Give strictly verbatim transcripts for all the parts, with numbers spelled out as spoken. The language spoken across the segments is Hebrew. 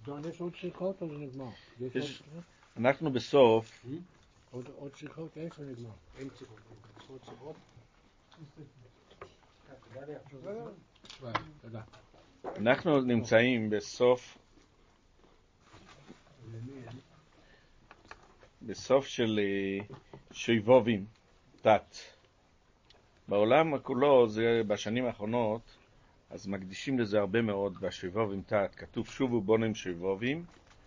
יש עוד שיחות או זה נגמר? יש... אנחנו בסוף. עוד, עוד שיחות יש או נגמר? אין שיחות. עוד שיחות? תודה. אנחנו נמצאים בסוף בסוף של שויבובים, תת. בעולם כולו, זה בשנים האחרונות, אז מקדישים לזה הרבה מאוד בשויבובים תת. כתוב שובו בונים שויבובים.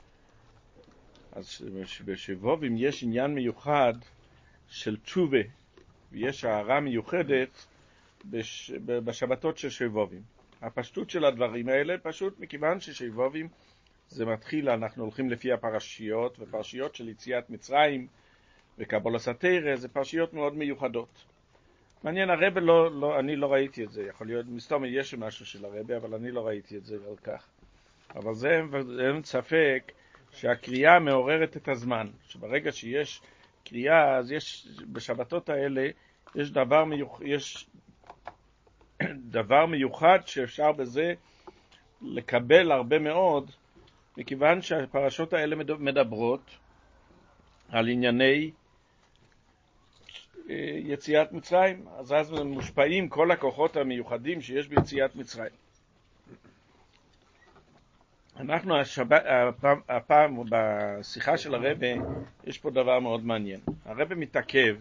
אז בשויבובים יש עניין מיוחד של תשובה, ויש הערה מיוחדת בש... בשבתות של שויבובים. הפשטות של הדברים האלה פשוט מכיוון ששויבובים זה מתחיל, אנחנו הולכים לפי הפרשיות, ופרשיות של יציאת מצרים וקבלת התורה, זה פרשיות מאוד מיוחדות. מעניין, הרב לא, לא, אני לא ראיתי את זה, יכול להיות, מסתום יש משהו של הרב, אבל אני לא ראיתי את זה על כך. אבל זה אין ספק שהקריאה מעוררת את הזמן, שברגע שיש קריאה, אז יש, בשבתות האלה, יש דבר מיוחד, יש דבר מיוחד שאפשר בזה לקבל הרבה מאוד, מכיוון שהפרשות האלה מדברות על ענייני יציאת מצרים, אז אז מושפעים כל הכוחות המיוחדים שיש ביציאת מצרים. אנחנו השב... הפעם, הפעם בשיחה של הרב יש פה דבר מאוד מעניין. הרב מתעכב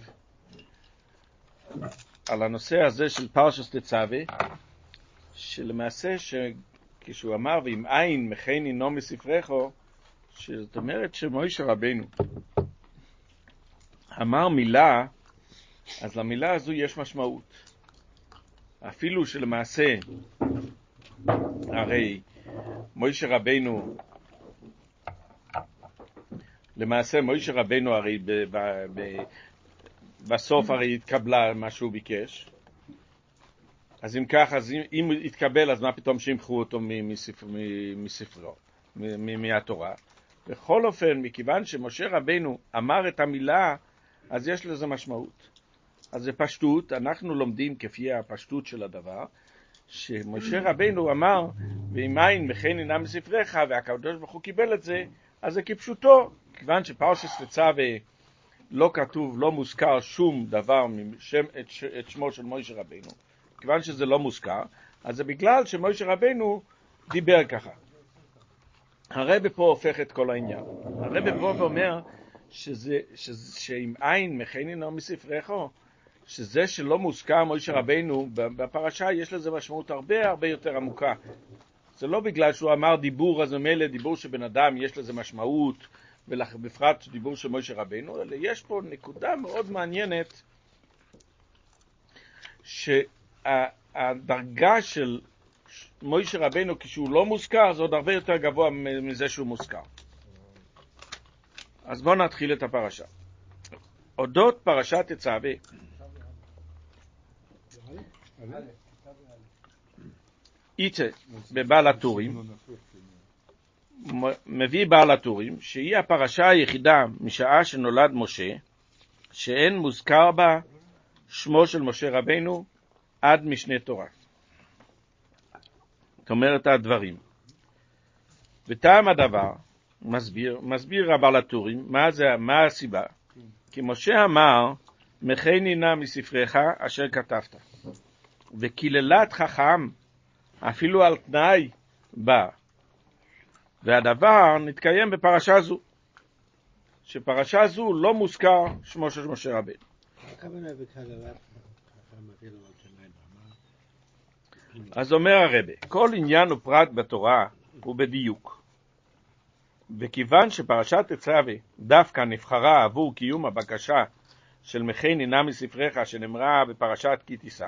על הנושא הזה של פרשת תצווה, שלמעשה שכשהוא אמר ואם אין מכני נו מספרךו, זאת אומרת שמוישה רבנו אמר מילה, אז למילה הזו יש משמעות. אפילו שלמעשה הרי מוישה רבנו למעשה מוישה רבנו הרי ב, ב, ב, בסוף הרי התקבלה מה שהוא ביקש. אז אם כך, אז אם, אם התקבל, אז מה פתאום שימחו אותו מספר, מספרו, מהתורה? בכל אופן, מכיוון שמשה רבנו אמר את המילה, אז יש לזה משמעות. אז זה פשטות, אנחנו לומדים כפי הפשטות של הדבר, שמשה רבנו אמר, ואם אין מכני נא מספרך, והקדוש ברוך הוא קיבל את זה, אז זה כפשוטו, כיוון שפרשת תצווה לא כתוב, לא מוזכר שום דבר משם, את, את שמו של משה רבנו, כיוון שזה לא מוזכר, אז זה בגלל שמשה רבנו דיבר ככה. הרב פה הופך את כל העניין. הרב פה אומר שזה, שזה, שאם אין מכני נא מספרך, שזה שלא מוזכר משה רבנו בפרשה, יש לזה משמעות הרבה הרבה יותר עמוקה. זה לא בגלל שהוא אמר דיבור, אז ממילא דיבור שבן אדם יש לזה משמעות, ובפרט דיבור של משה רבנו, אלא יש פה נקודה מאוד מעניינת, שהדרגה של משה רבנו כשהוא לא מוזכר, זה עוד הרבה יותר גבוה מזה שהוא מוזכר. אז בואו נתחיל את הפרשה. אודות פרשת תצווה. איתה בבעל הטורים, מביא בעל הטורים, שהיא הפרשה היחידה משעה שנולד משה, שאין מוזכר בה שמו של משה רבנו עד משנה תורה. זאת אומרת הדברים. וטעם הדבר, מסביר, מסביר הבעל הטורים, מה זה, מה הסיבה? כי משה אמר, מכני נא מספרך אשר כתבת. וקיללת חכם, אפילו על תנאי, בא. והדבר נתקיים בפרשה זו, שפרשה זו לא מוזכר שמו של משה רבנו. אז אומר הרבי, כל עניין ופרט בתורה הוא בדיוק. וכיוון שפרשת תצווה דווקא נבחרה עבור קיום הבקשה של מכני נא מספרך שנאמרה בפרשת כי תישא,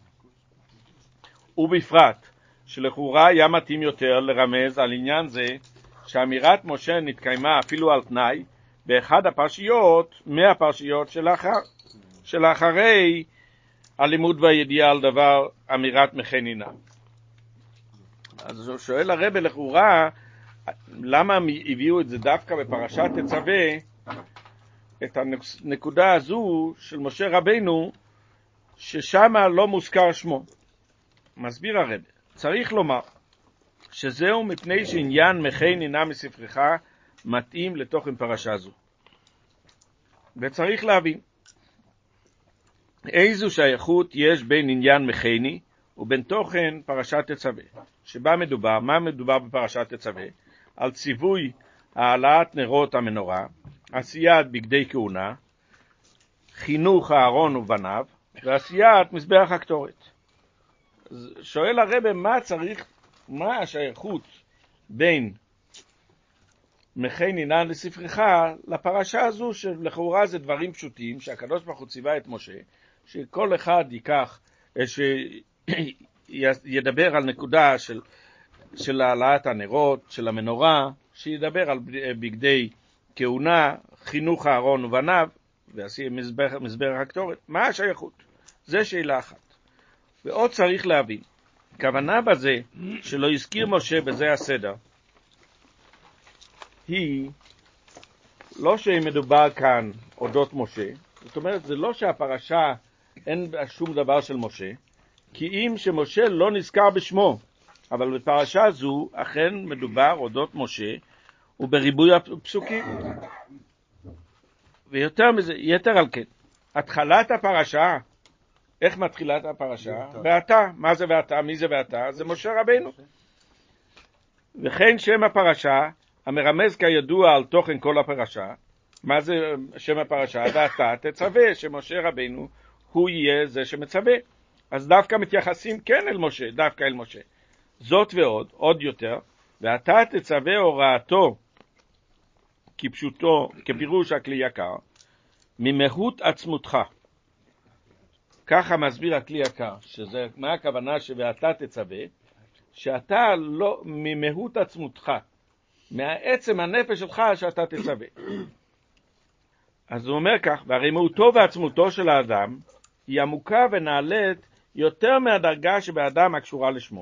ובפרט שלכאורה היה מתאים יותר לרמז על עניין זה שאמירת משה נתקיימה אפילו על תנאי באחד הפרשיות מהפרשיות שלאחר, שלאחרי הלימוד והידיעה על דבר אמירת מכני נא. אז שואל הרב לכאורה למה הביאו את זה דווקא בפרשת תצווה, את הנקודה הזו של משה רבנו ששמה לא מוזכר שמו. מסביר הרב, צריך לומר שזהו מפני שעניין מכין הנה מספרך מתאים לתוכן פרשה זו. וצריך להבין איזו שייכות יש בין עניין מכיני ובין תוכן פרשת תצווה. שבה מדובר, מה מדובר בפרשת תצווה? על ציווי העלאת נרות המנורה, עשיית בגדי כהונה, חינוך הארון ובניו, ועשיית מזבח הקטורת. שואל הרב מה צריך, מה השייכות בין מכין הנה לספרך לפרשה הזו, שלכאורה זה דברים פשוטים שהקדוש ברוך הוא ציווה את משה, שכל אחד ייקח, שידבר על נקודה של, של העלאת הנרות, של המנורה, שידבר על בגדי כהונה, חינוך הארון ובניו, ועשי מזבח, מזבח הקטורת. מה השייכות? זה שאלה אחת. ועוד צריך להבין, כוונה בזה שלא הזכיר משה בזה הסדר, היא לא שמדובר כאן אודות משה, זאת אומרת, זה לא שהפרשה אין שום דבר של משה, כי אם שמשה לא נזכר בשמו, אבל בפרשה זו אכן מדובר אודות משה, ובריבוי הפסוקים. ויותר מזה, יתר על כן, התחלת הפרשה, איך מתחילת הפרשה? ואתה, מה זה ואתה? מי זה ואתה? זה משה רבינו. וכן שם הפרשה, המרמז כידוע על תוכן כל הפרשה. מה זה שם הפרשה? ואתה תצווה שמשה רבינו הוא יהיה זה שמצווה. אז דווקא מתייחסים כן אל משה, דווקא אל משה. זאת ועוד, עוד יותר, ואתה תצווה הוראתו כפשוטו, כפירוש הכלי יקר, ממהות עצמותך. ככה מסביר הכלי יקר, שזה מה הכוונה שוואתה תצווה, שאתה לא, ממהות עצמותך, מהעצם הנפש שלך שאתה תצווה. אז הוא אומר כך, והרי מהותו ועצמותו של האדם היא עמוקה ונעלית יותר מהדרגה שבאדם הקשורה לשמו.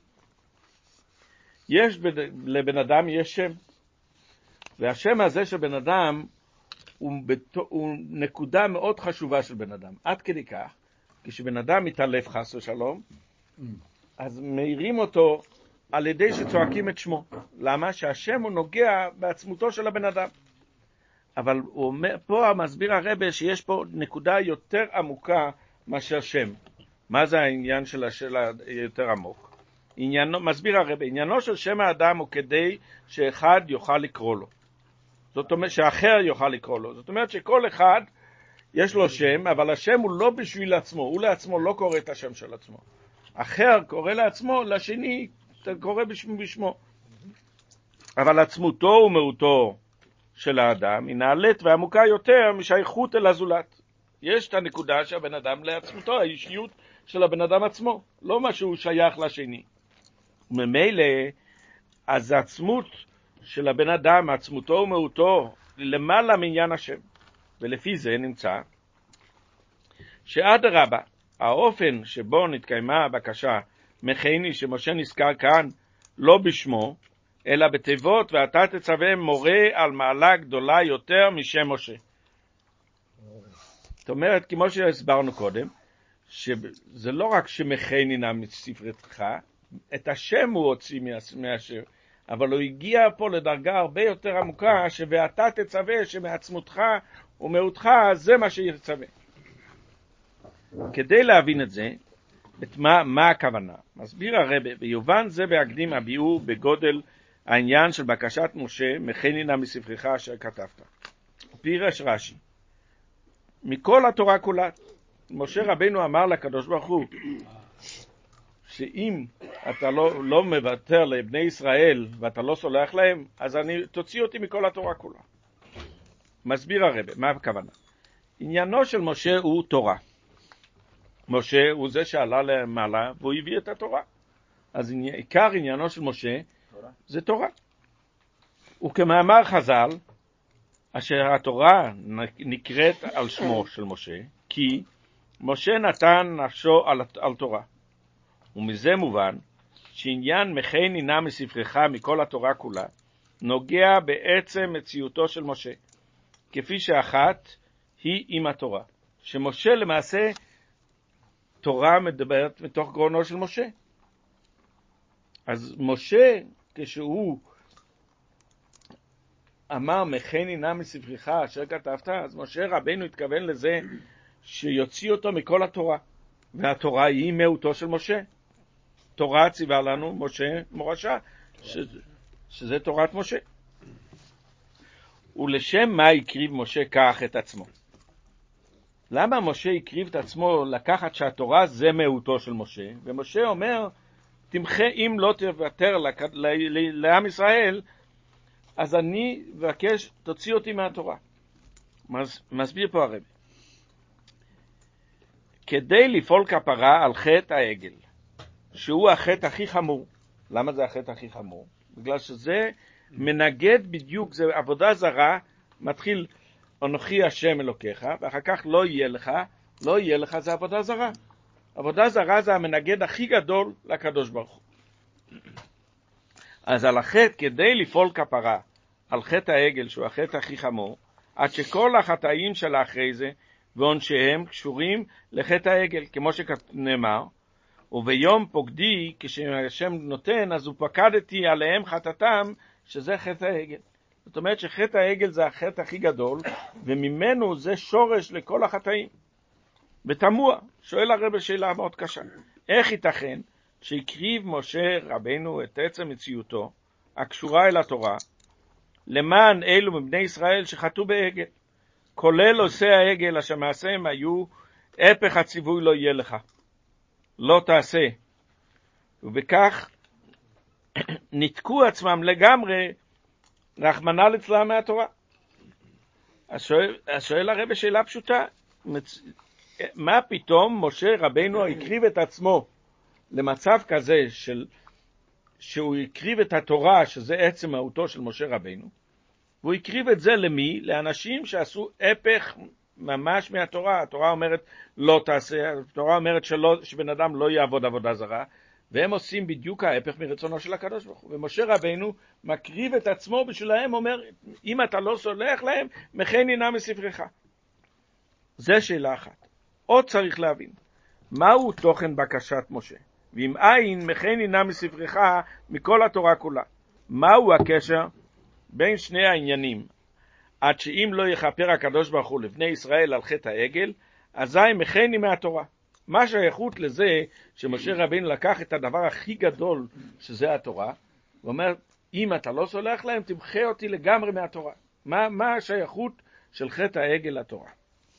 יש לבן אדם יש שם, והשם הזה של בן אדם הוא, בת... הוא נקודה מאוד חשובה של בן אדם. עד כדי כך, כשבן אדם מתעלף חס ושלום, אז מאירים אותו על ידי שצועקים את שמו. למה? שהשם הוא נוגע בעצמותו של הבן אדם. אבל הוא אומר, פה המסביר הרבה שיש פה נקודה יותר עמוקה מאשר שם. מה זה העניין של השאלה יותר עמוק? עניינו, מסביר הרבה, עניינו של שם האדם הוא כדי שאחד יוכל לקרוא לו. זאת אומרת שאחר יוכל לקרוא לו. זאת אומרת שכל אחד יש לו שם, אבל השם הוא לא בשביל עצמו. הוא לעצמו לא קורא את השם של עצמו. אחר קורא לעצמו, לשני קורא בשמו. אבל עצמותו ומהותו של האדם היא נעלית ועמוקה יותר משייכות אל הזולת. יש את הנקודה שהבן אדם לעצמותו, האישיות של הבן אדם עצמו, לא מה שהוא שייך לשני. וממילא, אז העצמות של הבן אדם, עצמותו ומהותו, למעלה מעניין השם. ולפי זה נמצא שעד הרבה, האופן שבו נתקיימה הבקשה מכיני שמשה נזכר כאן לא בשמו, אלא בתיבות ואתה תצווה מורה על מעלה גדולה יותר משם משה. זאת אומרת, כמו שהסברנו קודם, שזה לא רק שמכיני נע מספרתך, את השם הוא הוציא מהשם, אבל הוא הגיע פה לדרגה הרבה יותר עמוקה, שוואתה תצווה שמעצמותך ומהותך זה מה שיצווה. כדי להבין את זה, את מה, מה הכוונה? מסביר הרב, ויובן זה בהקדים הביאור בגודל העניין של בקשת משה, מכיני נע מספרך אשר כתבת. פירש רש"י, מכל התורה כולה, משה רבינו אמר לקדוש ברוך הוא, שאם אתה לא, לא מוותר לבני ישראל ואתה לא סולח להם, אז אני, תוציא אותי מכל התורה כולה. מסביר הרב, מה הכוונה? עניינו של משה הוא תורה. משה הוא זה שעלה למעלה והוא הביא את התורה. אז עיקר עניינו של משה תורה. זה תורה. וכמאמר חז"ל, אשר התורה נקראת על שמו של משה, כי משה נתן נפשו על, על תורה. ומזה מובן שעניין מכיני נע מספרך מכל התורה כולה נוגע בעצם מציאותו של משה, כפי שאחת היא עם התורה. שמשה למעשה תורה מדברת מתוך גרונו של משה. אז משה, כשהוא אמר מכני נא מספרך אשר כתבת, אז משה רבנו התכוון לזה שיוציא אותו מכל התורה, והתורה היא מהותו של משה. תורה ציווה לנו משה מורשה, ש... שזה תורת משה. ולשם מה הקריב משה כך את עצמו? למה משה הקריב את עצמו לקחת שהתורה זה מהותו של משה? ומשה אומר, תמחה אם לא תוותר לעם ישראל, אז אני מבקש, תוציא אותי מהתורה. מסביר פה הרב. כדי לפעול כפרה על חטא העגל, שהוא החטא הכי חמור. למה זה החטא הכי חמור? בגלל שזה מנגד בדיוק, זה עבודה זרה, מתחיל אנוכי השם אלוקיך, ואחר כך לא יהיה לך, לא יהיה לך, זה עבודה זרה. עבודה זרה זה המנגד הכי גדול לקדוש ברוך הוא. אז על החטא, כדי לפעול כפרה, על חטא העגל, שהוא החטא הכי חמור, עד שכל החטאים של אחרי זה, ועונשיהם קשורים לחטא העגל, כמו שנאמר, וביום פוקדי, כשהשם נותן, אז הוא פקדתי עליהם חטאתם, שזה חטא העגל. זאת אומרת שחטא העגל זה החטא הכי גדול, וממנו זה שורש לכל החטאים. ותמוה, שואל הרב שאלה מאוד קשה, איך ייתכן שהקריב משה רבנו את עצם מציאותו, הקשורה אל התורה, למען אלו מבני ישראל שחטאו בעגל, כולל עושי העגל אשר מעשיהם היו, הפך הציווי לא יהיה לך, לא תעשה, ובכך נתקו עצמם לגמרי, רחמנא ליצלן מהתורה. אז שואל, אז שואל הרב שאלה פשוטה, מה פתאום משה רבנו הקריב את עצמו למצב כזה של, שהוא הקריב את התורה, שזה עצם מהותו של משה רבנו, והוא הקריב את זה למי? לאנשים שעשו הפך ממש מהתורה. התורה אומרת לא תעשה, התורה אומרת שלא, שבן אדם לא יעבוד עבודה זרה, והם עושים בדיוק ההפך מרצונו של הקדוש ברוך הוא. ומשה רבנו מקריב את עצמו בשבילהם, אומר, אם אתה לא סולח להם, מכני נא מספרך. זה שאלה אחת. עוד צריך להבין, מהו תוכן בקשת משה? ואם אין, מכני נא מספרך מכל התורה כולה. מהו הקשר בין שני העניינים? עד שאם לא יכפר הקדוש ברוך הוא לבני ישראל על חטא העגל, אזי מכני מהתורה. מה שייכות לזה שמשה רבינו לקח את הדבר הכי גדול שזה התורה, ואומר, אם אתה לא סולח להם, תמחה אותי לגמרי מהתורה. מה, מה השייכות של חטא העגל לתורה?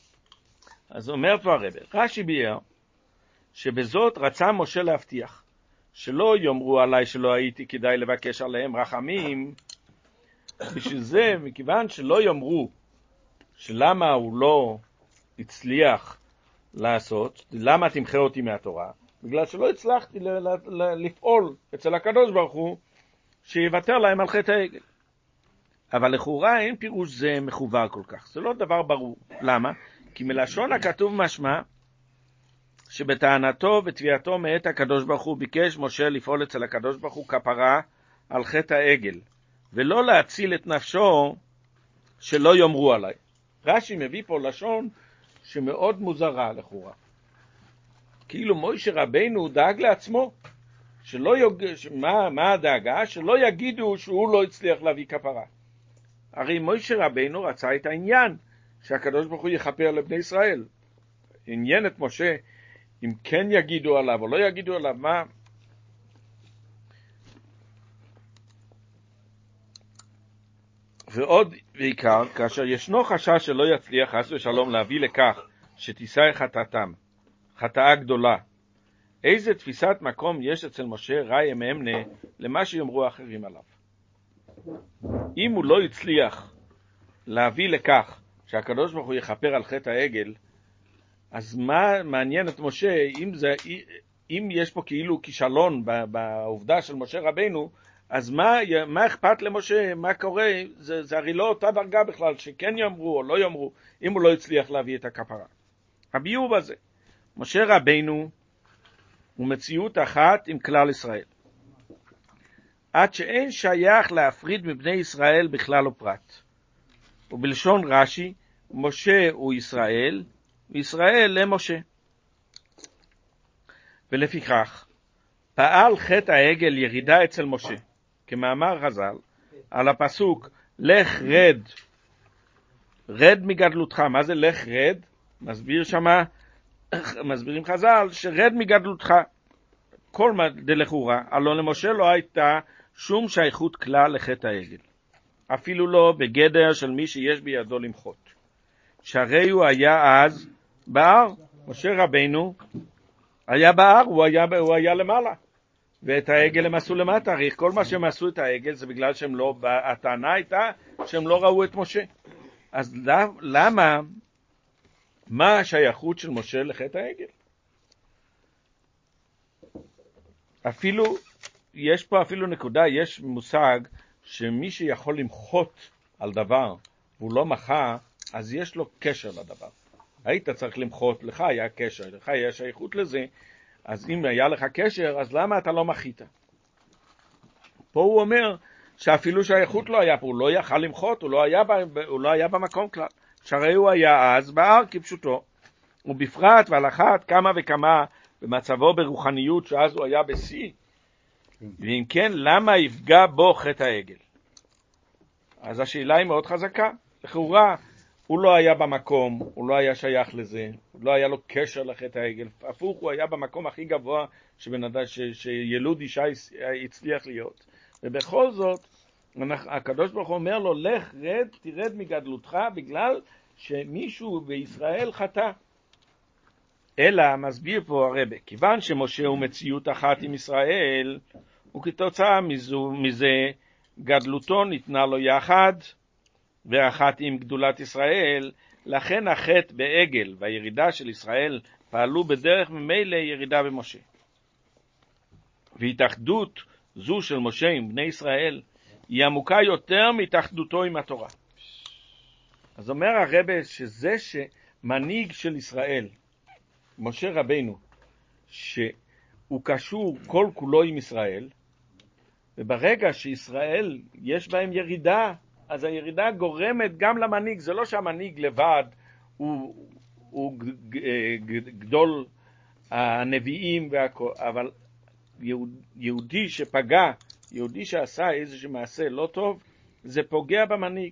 אז אומר פה הרב, רש"י ביאר, שבזאת רצה משה להבטיח, שלא יאמרו עליי שלא הייתי כדאי לבקש עליהם רחמים, בשביל זה, מכיוון שלא יאמרו שלמה הוא לא הצליח לעשות, למה תמחה אותי מהתורה? בגלל שלא הצלחתי ל- ל- ל- לפעול אצל הקדוש ברוך הוא שיוותר להם על חטא העגל. אבל לכאורה אין פירוש זה מחובר כל כך, זה לא דבר ברור. למה? כי מלשון הכתוב משמע שבטענתו ותביעתו מאת הקדוש ברוך הוא ביקש משה לפעול אצל הקדוש ברוך הוא כפרה על חטא העגל, ולא להציל את נפשו שלא יאמרו עליי. רש"י מביא פה לשון שמאוד מוזרה לכאורה. כאילו מוישה רבנו דאג לעצמו, שלא יוג... מה, מה הדאגה? שלא יגידו שהוא לא הצליח להביא כפרה. הרי מוישה רבנו רצה את העניין, שהקדוש ברוך הוא יכפר לבני ישראל. עניין את משה, אם כן יגידו עליו או לא יגידו עליו, מה? ועוד בעיקר, כאשר ישנו חשש שלא יצליח חס ושלום להביא לכך שתישא חטאתם, חטאה גדולה, איזה תפיסת מקום יש אצל משה ראי אמנה למה שיאמרו האחרים עליו? אם הוא לא הצליח להביא לכך שהקדוש ברוך הוא יכפר על חטא העגל, אז מה מעניין את משה, אם, זה, אם יש פה כאילו כישלון בעובדה של משה רבנו, אז מה, מה אכפת למשה, מה קורה? זה, זה הרי לא אותה דרגה בכלל, שכן יאמרו או לא יאמרו, אם הוא לא הצליח להביא את הכפרה. הביאור בזה, משה רבנו הוא מציאות אחת עם כלל ישראל. עד שאין שייך להפריד מבני ישראל בכלל ופרט. ובלשון רש"י, משה הוא ישראל, וישראל למשה. ולפיכך, פעל חטא העגל ירידה אצל משה, כמאמר חז"ל, על הפסוק, לך רד, רד מגדלותך. מה זה לך רד? מסביר שמה, מסבירים חז"ל, שרד מגדלותך. כל מה דלכאורה, הלא למשה לא הייתה שום שייכות כלל לחטא העגל. אפילו לא בגדר של מי שיש בידו למחות. שהרי הוא היה אז בהר, משה רבינו היה בהר, הוא היה, הוא היה למעלה. ואת העגל הם עשו למטה, הרי כל מה שהם עשו את העגל זה בגלל שהם לא, הטענה הייתה שהם לא ראו את משה. אז למה, מה השייכות של משה לחטא העגל? אפילו, יש פה אפילו נקודה, יש מושג שמי שיכול למחות על דבר והוא לא מחה, אז יש לו קשר לדבר. היית צריך למחות, לך היה קשר, לך היה שייכות לזה, אז אם היה לך קשר, אז למה אתה לא מחית? פה הוא אומר שאפילו שייכות לא היה פה, הוא לא יכל למחות, הוא לא היה, הוא לא היה במקום כלל. שהרי הוא היה אז בהר כפשוטו, ובפרט ועל אחת כמה וכמה במצבו ברוחניות שאז הוא היה בשיא, ואם כן, למה יפגע בו חטא העגל? אז השאלה היא מאוד חזקה. לכאורה, הוא לא היה במקום, הוא לא היה שייך לזה, הוא לא היה לו קשר לחטא העגל. הפוך, הוא היה במקום הכי גבוה שבנדע, ש, שילוד אישה הצליח להיות. ובכל זאת, הקדוש ברוך הוא אומר לו, לך רד, תרד מגדלותך, בגלל שמישהו בישראל חטא. אלא מסביר פה הרבה, כיוון שמשה הוא מציאות אחת עם ישראל, וכתוצאה מזו, מזה גדלותו ניתנה לו יחד, ואחת עם גדולת ישראל, לכן החטא בעגל והירידה של ישראל פעלו בדרך ממילא ירידה במשה. והתאחדות זו של משה עם בני ישראל היא עמוקה יותר מהתאחדותו עם התורה. אז אומר הרבה שזה שמנהיג של ישראל, משה רבינו, שהוא קשור כל כולו עם ישראל, וברגע שישראל יש בהם ירידה, אז הירידה גורמת גם למנהיג. זה לא שהמנהיג לבד הוא, הוא גדול הנביאים והכל, אבל יהודי שפגע, יהודי שעשה איזשהו מעשה לא טוב, זה פוגע במנהיג.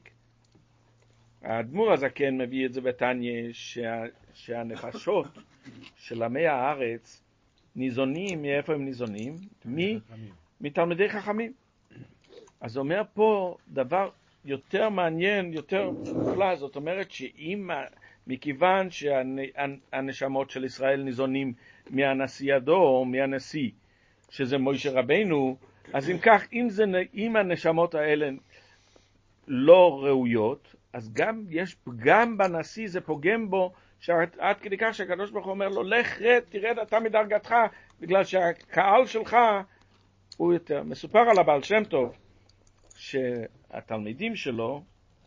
האדמו"ר הזקן מביא את זה בתניא, שה, שהנפשות של עמי הארץ ניזונים, מאיפה הם ניזונים? מ, מתלמידי חכמים. אז אומר פה דבר יותר מעניין, יותר מופלא, זאת אומרת שאם, מכיוון שהנשמות של ישראל ניזונים מהנשיא הדור, מהנשיא, שזה מוישה רבינו, אז אם כך, אם, זה, אם הנשמות האלה לא ראויות, אז גם יש פגם בנשיא, זה פוגם בו, שעד כדי כך שהקדוש ברוך הוא אומר לו, לך רד, תרד אתה מדרגתך, בגלל שהקהל שלך הוא יותר. מסופר על הבעל שם טוב, שהתלמידים שלו,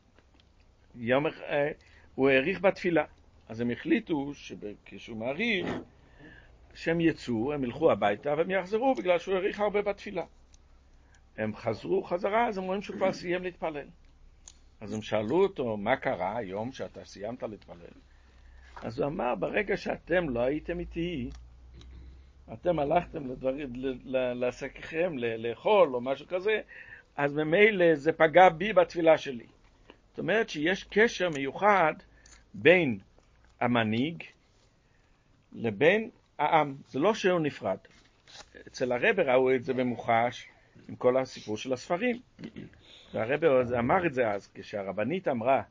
יום, הוא העריך בתפילה. אז הם החליטו שכשהוא מעריך, שהם יצאו, הם ילכו הביתה, והם יחזרו בגלל שהוא העריך הרבה בתפילה. הם חזרו חזרה, אז הם רואים שהוא כבר סיים להתפלל. אז הם שאלו אותו, מה קרה היום שאתה סיימת להתפלל? אז הוא אמר, ברגע שאתם לא הייתם איתי, אתם הלכתם לדברים, לעסקיכם, לאכול או משהו כזה, אז ממילא זה פגע בי בתפילה שלי. זאת אומרת שיש קשר מיוחד בין המנהיג לבין העם. זה לא שהוא נפרד. אצל הרב ראו את זה במוחש עם כל הסיפור של הספרים. והרב אמר את זה אז, כשהרבנית אמרה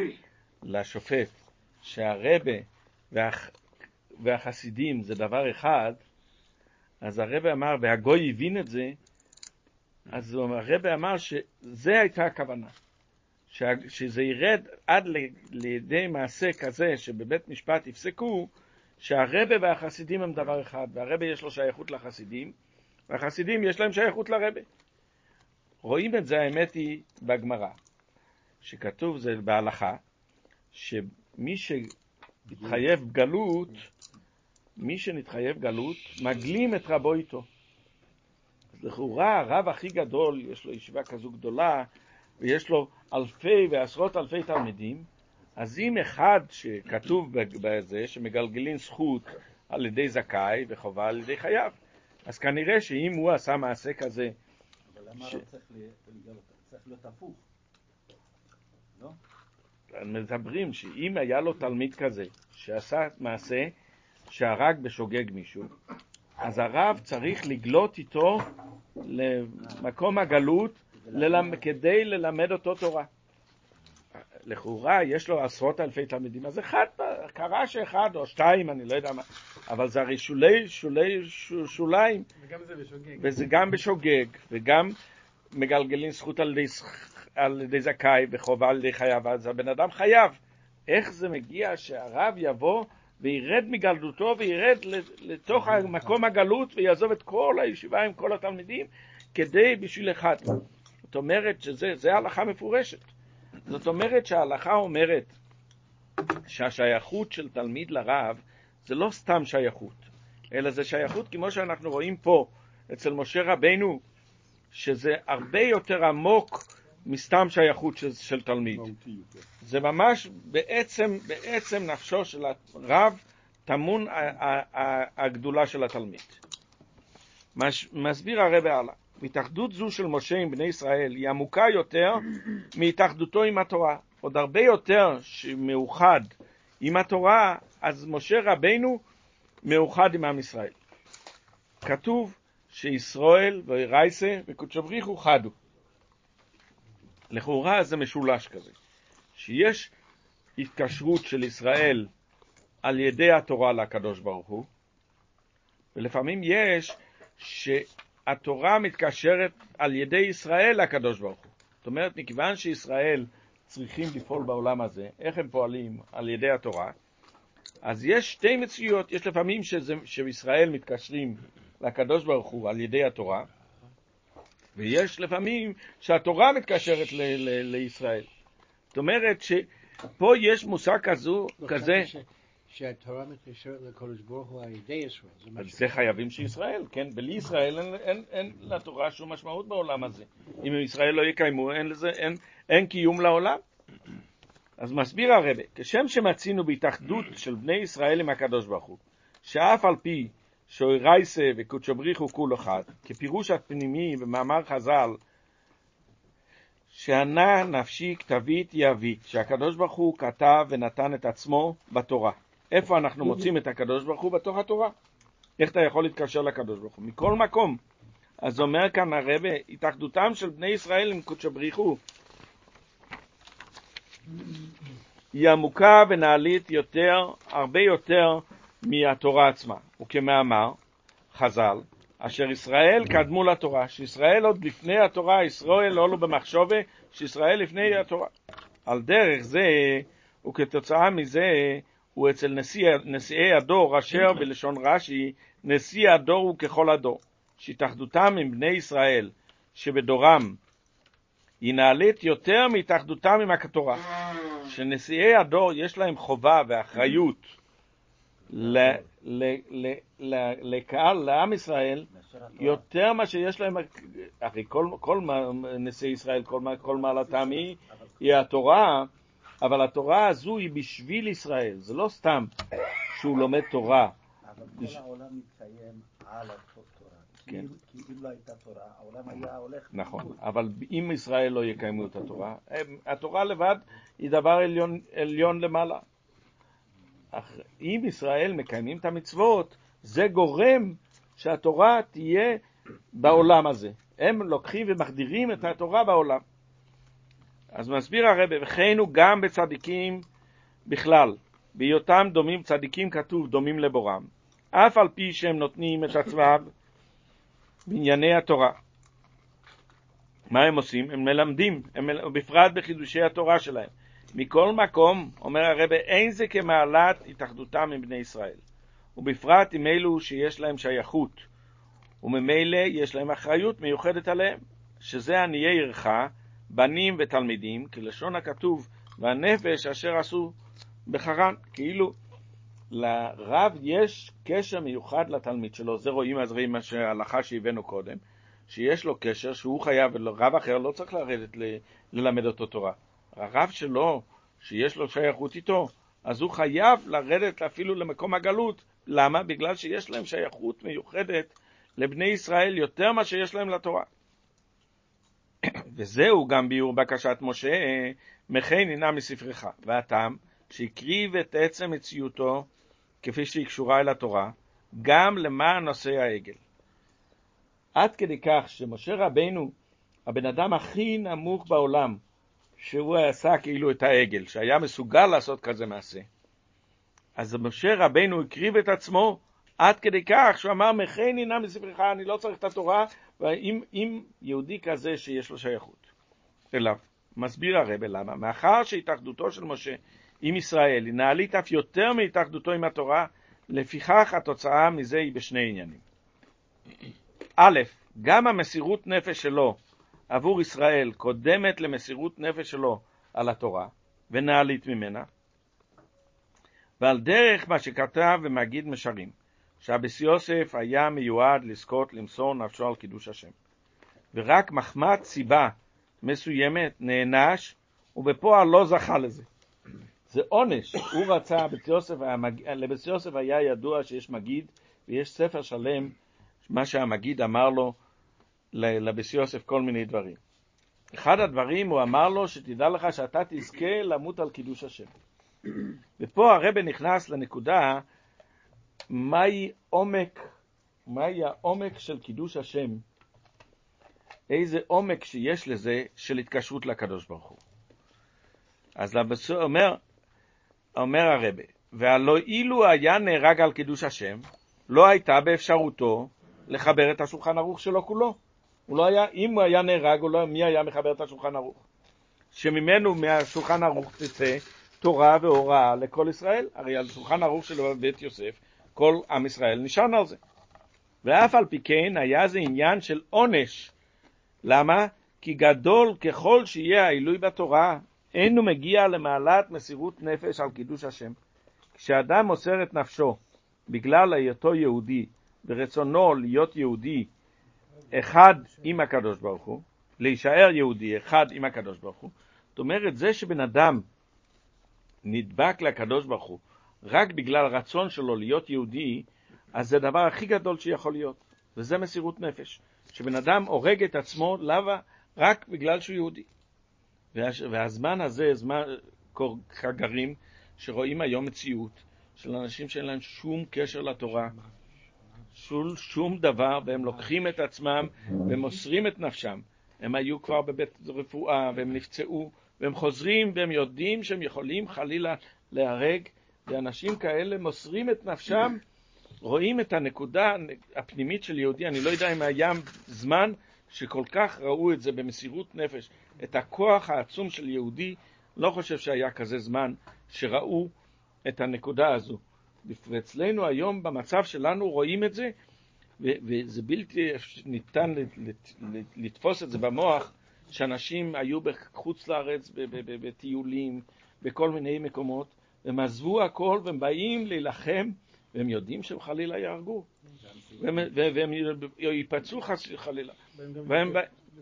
לשופט שהרב והח... והחסידים זה דבר אחד, אז הרב אמר, והגוי הבין את זה, אז הרב אמר שזה הייתה הכוונה. ש... שזה ירד עד ל... לידי מעשה כזה שבבית משפט יפסקו, שהרב והחסידים הם דבר אחד, והרב יש לו שייכות לחסידים, והחסידים יש להם שייכות לרב. רואים את זה, האמת היא, בגמרא, שכתוב זה בהלכה, שמי שהתחייב גלות, מי שנתחייב גלות, מגלים את רבו איתו. אז לכאורה, הרב הכי גדול, יש לו ישיבה כזו גדולה, ויש לו אלפי ועשרות אלפי תלמידים, אז אם אחד שכתוב בזה, שמגלגלים זכות על ידי זכאי וחובה על ידי חייב, אז כנראה שאם הוא עשה מעשה כזה... אבל למה ש... צריך, להיות, צריך להיות הפוך? לא? מדברים שאם היה לו תלמיד כזה שעשה מעשה שהרג בשוגג מישהו, אז הרב צריך לגלות איתו למקום הגלות ללמד, כדי ללמד אותו תורה. לכאורה יש לו עשרות אלפי תלמידים, אז אחד, קרה שאחד או שתיים, אני לא יודע מה, אבל זה הרי שולי, שולי, שוליים. וגם זה בשוגג. וזה גם בשוגג, וגם מגלגלים זכות על ידי, על ידי זכאי וחובה על ידי חייב, אז הבן אדם חייב. איך זה מגיע שהרב יבוא וירד מגלדותו וירד לתוך מקום הגלות ויעזוב את כל הישיבה עם כל התלמידים כדי בשביל אחד? זאת אומרת שזה זה הלכה מפורשת. זאת אומרת שההלכה אומרת שהשייכות של תלמיד לרב זה לא סתם שייכות, אלא זה שייכות כמו שאנחנו רואים פה אצל משה רבנו, שזה הרבה יותר עמוק מסתם שייכות של, של תלמיד. זה ממש בעצם, בעצם נפשו של הרב תמון הגדולה של התלמיד. מסביר הרב הלאה. התאחדות זו של משה עם בני ישראל היא עמוקה יותר מהתאחדותו עם התורה. עוד הרבה יותר שמאוחד עם התורה, אז משה רבנו מאוחד עם עם ישראל. כתוב שישראל ורייסה וקודשא בריחו חדו. לכאורה זה משולש כזה, שיש התקשרות של ישראל על ידי התורה לקדוש ברוך הוא, ולפעמים יש שהתורה מתקשרת על ידי ישראל לקדוש ברוך הוא. זאת אומרת, מכיוון שישראל צריכים לפעול בעולם הזה, איך הם פועלים על ידי התורה, אז יש שתי מציאות. יש לפעמים שזה, שישראל מתקשרים לקדוש ברוך הוא על ידי התורה, ויש לפעמים שהתורה מתקשרת ל- ל- לישראל. זאת אומרת שפה יש מושג כזו, כזה... ש... שהתורה מתקשרת לקדוש ברוך הוא על ידי ישראל. זה, זה חייבים שישראל, כן? בלי ישראל אין, אין, אין לתורה שום משמעות בעולם הזה. אם ישראל לא יקיימו, אין, לזה, אין, אין קיום לעולם. אז מסביר הרב, כשם שמצינו בהתאחדות של בני ישראל עם הקדוש ברוך הוא, שאף על פי שאורייסה וקודשא בריחו כול אחד, כפירוש הפנימי במאמר חז"ל, שענה נפשי כתבית יבית, שהקדוש ברוך הוא כתב ונתן את עצמו בתורה. איפה אנחנו מוצאים את הקדוש ברוך הוא? בתוך התורה. איך אתה יכול להתקשר לקדוש ברוך הוא? מכל מקום. אז אומר כאן הרב, התאחדותם של בני ישראל עם קודשא בריחו היא עמוקה ונעלית יותר, הרבה יותר מהתורה עצמה. וכמאמר חז"ל, אשר ישראל קדמו לתורה, שישראל עוד לפני התורה, ישראל לא עלו במחשבה, שישראל לפני התורה. על דרך זה, וכתוצאה מזה, הוא אצל נשיא, נשיאי הדור, אשר בלשון רש"י, נשיא הדור הוא ככל הדור. שהתאחדותם עם בני ישראל, שבדורם, היא נעלית יותר מהתאחדותם עם התורה. שנשיאי הדור יש להם חובה ואחריות ל- ל- ל- ל- לקהל, לעם ישראל, יותר מה שיש להם, אחרי כל, כל נשיאי ישראל, כל, כל מעלתם היא, היא התורה, אבל התורה הזו היא בשביל ישראל, זה לא סתם שהוא לומד תורה. אבל כל העולם מתקיים על התורה. כן. כי אם לא הייתה תורה, העולם היה הולך... נכון, אבל אם ישראל לא יקיימו את התורה, התורה לבד היא דבר עליון, עליון למעלה. אם ישראל מקיימים את המצוות, זה גורם שהתורה תהיה בעולם הזה. הם לוקחים ומחדירים את התורה בעולם. אז מסביר הרב, וכן הוא גם בצדיקים בכלל, בהיותם דומים, צדיקים כתוב דומים לבורם, אף על פי שהם נותנים את עצמם בענייני התורה. מה הם עושים? הם מלמדים, הם מל... בפרט בחידושי התורה שלהם. מכל מקום, אומר הרב, אין זה כמעלת התאחדותם עם בני ישראל, ובפרט עם אלו שיש להם שייכות, וממילא יש להם אחריות מיוחדת עליהם, שזה עניי עירך, בנים ותלמידים, כלשון הכתוב, והנפש אשר עשו בחרן. כאילו לרב יש קשר מיוחד לתלמיד שלו. זה רואים, אז רואים מה שההלכה שהבאנו קודם, שיש לו קשר שהוא חייב, ורב אחר לא צריך לרדת ל- ללמד אותו תורה. הרב שלו, שיש לו שייכות איתו, אז הוא חייב לרדת אפילו למקום הגלות. למה? בגלל שיש להם שייכות מיוחדת לבני ישראל יותר מה שיש להם לתורה. וזהו גם ביור בקשת משה, מכן הנה מספרך. והטעם שהקריב את עצם מציאותו כפי שהיא קשורה אל התורה, גם למען נושא העגל. עד כדי כך שמשה רבינו, הבן אדם הכי נמוך בעולם, שהוא עשה כאילו את העגל, שהיה מסוגל לעשות כזה מעשה. אז משה רבינו הקריב את עצמו עד כדי כך שהוא אמר, מכן הנה מספרך, אני לא צריך את התורה, ואם יהודי כזה שיש לו שייכות אליו. מסביר הרב למה. מאחר שהתאחדותו של משה עם ישראל היא נעלית אף יותר מהתאחדותו עם התורה, לפיכך התוצאה מזה היא בשני עניינים. א', גם המסירות נפש שלו עבור ישראל קודמת למסירות נפש שלו על התורה, ונעלית ממנה. ועל דרך מה שכתב ומגיד משרים, שהבס יוסף היה מיועד לזכות למסור נפשו על קידוש השם. ורק מחמת סיבה מסוימת נענש, ובפועל לא זכה לזה. זה עונש. הוא רצה, בס יוסף, לבס יוסף היה ידוע שיש מגיד, ויש ספר שלם, מה שהמגיד אמר לו, לבס יוסף כל מיני דברים. אחד הדברים הוא אמר לו שתדע לך שאתה תזכה למות על קידוש השם. ופה הרב נכנס לנקודה מהי עומק, מהי העומק של קידוש השם, איזה עומק שיש לזה של התקשרות לקדוש ברוך הוא. אז לבסור אומר, אומר הרב, והלא אילו היה נהרג על קידוש השם, לא הייתה באפשרותו לחבר את השולחן ערוך שלו כולו. הוא לא היה, אם הוא היה נהרג, לא, מי היה מחבר את השולחן ערוך? שממנו מהשולחן ערוך תצא תורה והוראה לכל ישראל. הרי על שולחן ערוך של בית יוסף, כל עם ישראל נשען על זה. ואף על פי כן היה זה עניין של עונש. למה? כי גדול ככל שיהיה העילוי בתורה, אינו מגיע למעלת מסירות נפש על קידוש השם. כשאדם מוסר את נפשו בגלל היותו יהודי ורצונו להיות יהודי אחד עם הקדוש ברוך הוא, להישאר יהודי אחד עם הקדוש ברוך הוא, זאת אומרת, זה שבן אדם נדבק לקדוש ברוך הוא רק בגלל רצון שלו להיות יהודי, אז זה הדבר הכי גדול שיכול להיות, וזה מסירות נפש. שבן אדם הורג את עצמו למה? רק בגלל שהוא יהודי. והזמן הזה, זמן חגרים שרואים היום מציאות של אנשים שאין להם שום קשר לתורה, שום, שום דבר, והם לוקחים את עצמם ומוסרים את נפשם. הם היו כבר בבית רפואה והם נפצעו, והם חוזרים והם יודעים שהם יכולים חלילה להרג, ואנשים כאלה מוסרים את נפשם, רואים את הנקודה הפנימית של יהודי. אני לא יודע אם היה זמן שכל כך ראו את זה במסירות נפש, את הכוח העצום של יהודי, לא חושב שהיה כזה זמן שראו את הנקודה הזו. ואצלנו היום במצב שלנו רואים את זה, וזה בלתי ניתן לתפוס את זה במוח, שאנשים היו בחוץ לארץ בטיולים, בכל מיני מקומות, והם עזבו הכל והם באים להילחם, והם יודעים שהם חלילה יהרגו, והם ייפצעו חלילה. והם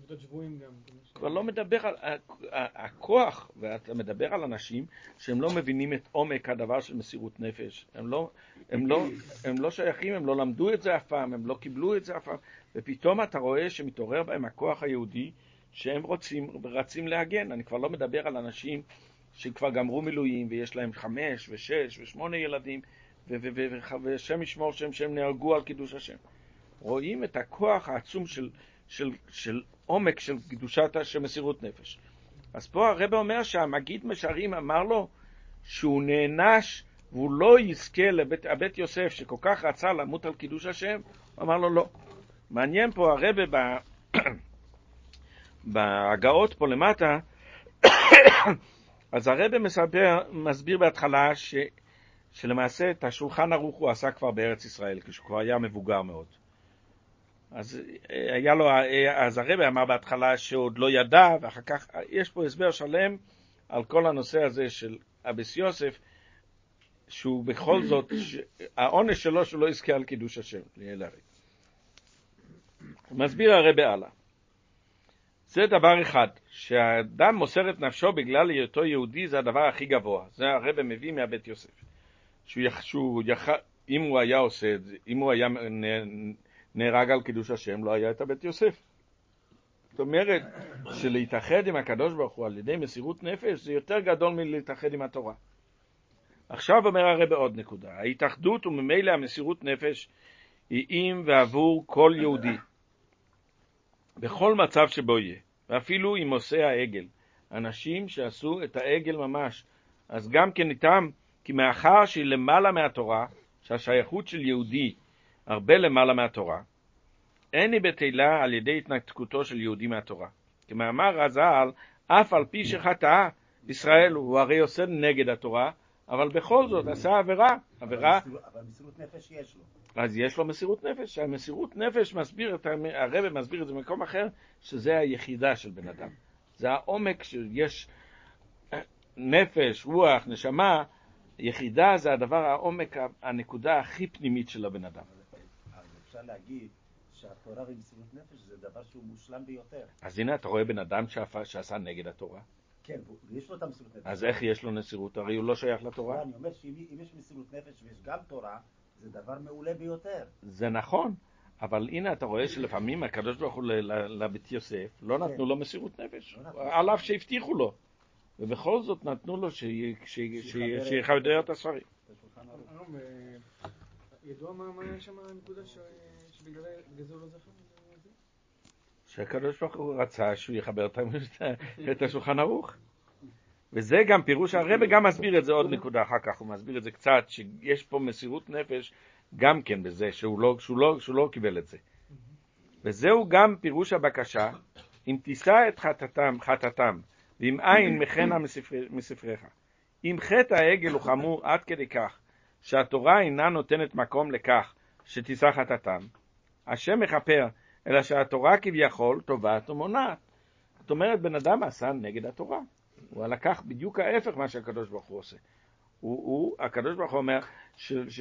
כבר לא מדבר על הכוח, ואתה מדבר על אנשים שהם לא מבינים את עומק הדבר של מסירות נפש. הם לא, הם לא, הם לא שייכים, הם לא למדו את זה אף פעם, הם לא קיבלו את זה אף פעם, ופתאום אתה רואה שמתעורר בהם הכוח היהודי שהם רוצים, רצים להגן. אני כבר לא מדבר על אנשים שכבר גמרו מילואים ויש להם חמש ושש ושמונה ילדים, ושם ישמור שהם שהם נהרגו על קידוש השם. רואים את הכוח העצום של, של, של עומק של קדושת השם, מסירות נפש. אז פה הרב אומר שהמגיד משרים אמר לו שהוא נענש והוא לא יזכה לבית הבית יוסף שכל כך רצה למות על קידוש השם. הוא אמר לו לא. מעניין פה הרב בהגאות פה למטה, אז הרב מסביר, מסביר בהתחלה ש, שלמעשה את השולחן ערוך הוא עשה כבר בארץ ישראל, כשהוא כבר היה מבוגר מאוד. אז היה לו, אז הרב אמר בהתחלה שעוד לא ידע, ואחר כך יש פה הסבר שלם על כל הנושא הזה של הבס יוסף, שהוא בכל זאת, העונש שלו שהוא לא יזכה על קידוש השם. מסביר הרב הלאה. זה דבר אחד, שהאדם מוסר את נפשו בגלל היותו יהודי, זה הדבר הכי גבוה. זה הרב מביא מהבית יוסף. שהוא יח, שהוא יח, אם הוא היה עושה את זה, אם הוא היה נהרג על קידוש השם, לא היה את הבית יוסף. זאת אומרת, שלהתאחד עם הקדוש ברוך הוא על ידי מסירות נפש, זה יותר גדול מלהתאחד עם התורה. עכשיו אומר הרב בעוד נקודה, ההתאחדות וממילא המסירות נפש היא עם ועבור כל יהודי, בכל מצב שבו יהיה, ואפילו עם עושי העגל, אנשים שעשו את העגל ממש, אז גם כן איתם, כי מאחר שהיא למעלה מהתורה, שהשייכות של יהודי הרבה למעלה מהתורה, אין היא בטלה על ידי התנתקותו של יהודי מהתורה. כמאמר רז"ל, אף על פי שחטא ישראל, הוא הרי עושה נגד התורה, אבל בכל זאת עשה עבירה, עבירה. אבל מסירות נפש יש לו. אז יש לו מסירות נפש. המסירות נפש מסביר, את הרב מסביר את זה במקום אחר, שזה היחידה של בן אדם. זה העומק שיש נפש, רוח, נשמה, יחידה זה הדבר, העומק, הנקודה הכי פנימית של הבן אדם. אבל אפשר להגיד שהתורה ומסירות נפש זה דבר שהוא מושלם ביותר. אז הנה אתה רואה בן אדם שעשה נגד התורה. כן, יש לו את המסירות נפש. אז איך יש לו מסירות? הרי הוא לא שייך לתורה. אני אומר שאם יש מסירות נפש ויש גם תורה, זה דבר מעולה ביותר. זה נכון, אבל הנה אתה רואה שלפעמים הקדוש ברוך הוא לבית יוסף לא נתנו לו מסירות נפש, על אף שהבטיחו לו, ובכל זאת נתנו לו שיחבר את הספרים. ידוע מה היה שם הנקודה שבגלל זה הוא לא זכר? שהקדוש ברוך הוא רצה שהוא יחבר את השולחן ערוך. וזה גם פירוש, הרב גם מסביר את זה עוד נקודה אחר כך, הוא מסביר את זה קצת, שיש פה מסירות נפש גם כן בזה, שהוא לא, שהוא לא, שהוא לא קיבל את זה. וזהו גם פירוש הבקשה, אם תישא את חטאתם, חטאתם, ואם אין מחנה מספריך. אם חטא העגל הוא חמור עד כדי כך, שהתורה אינה נותנת מקום לכך שתישא חטאתם, השם מחפר, אלא שהתורה כביכול טובת ומונעת. זאת אומרת, בן אדם עשה נגד התורה. הוא לקח בדיוק ההפך מה שהקדוש ברוך הוא עושה. הוא, הוא, הקדוש ברוך הוא אומר, ש, ש,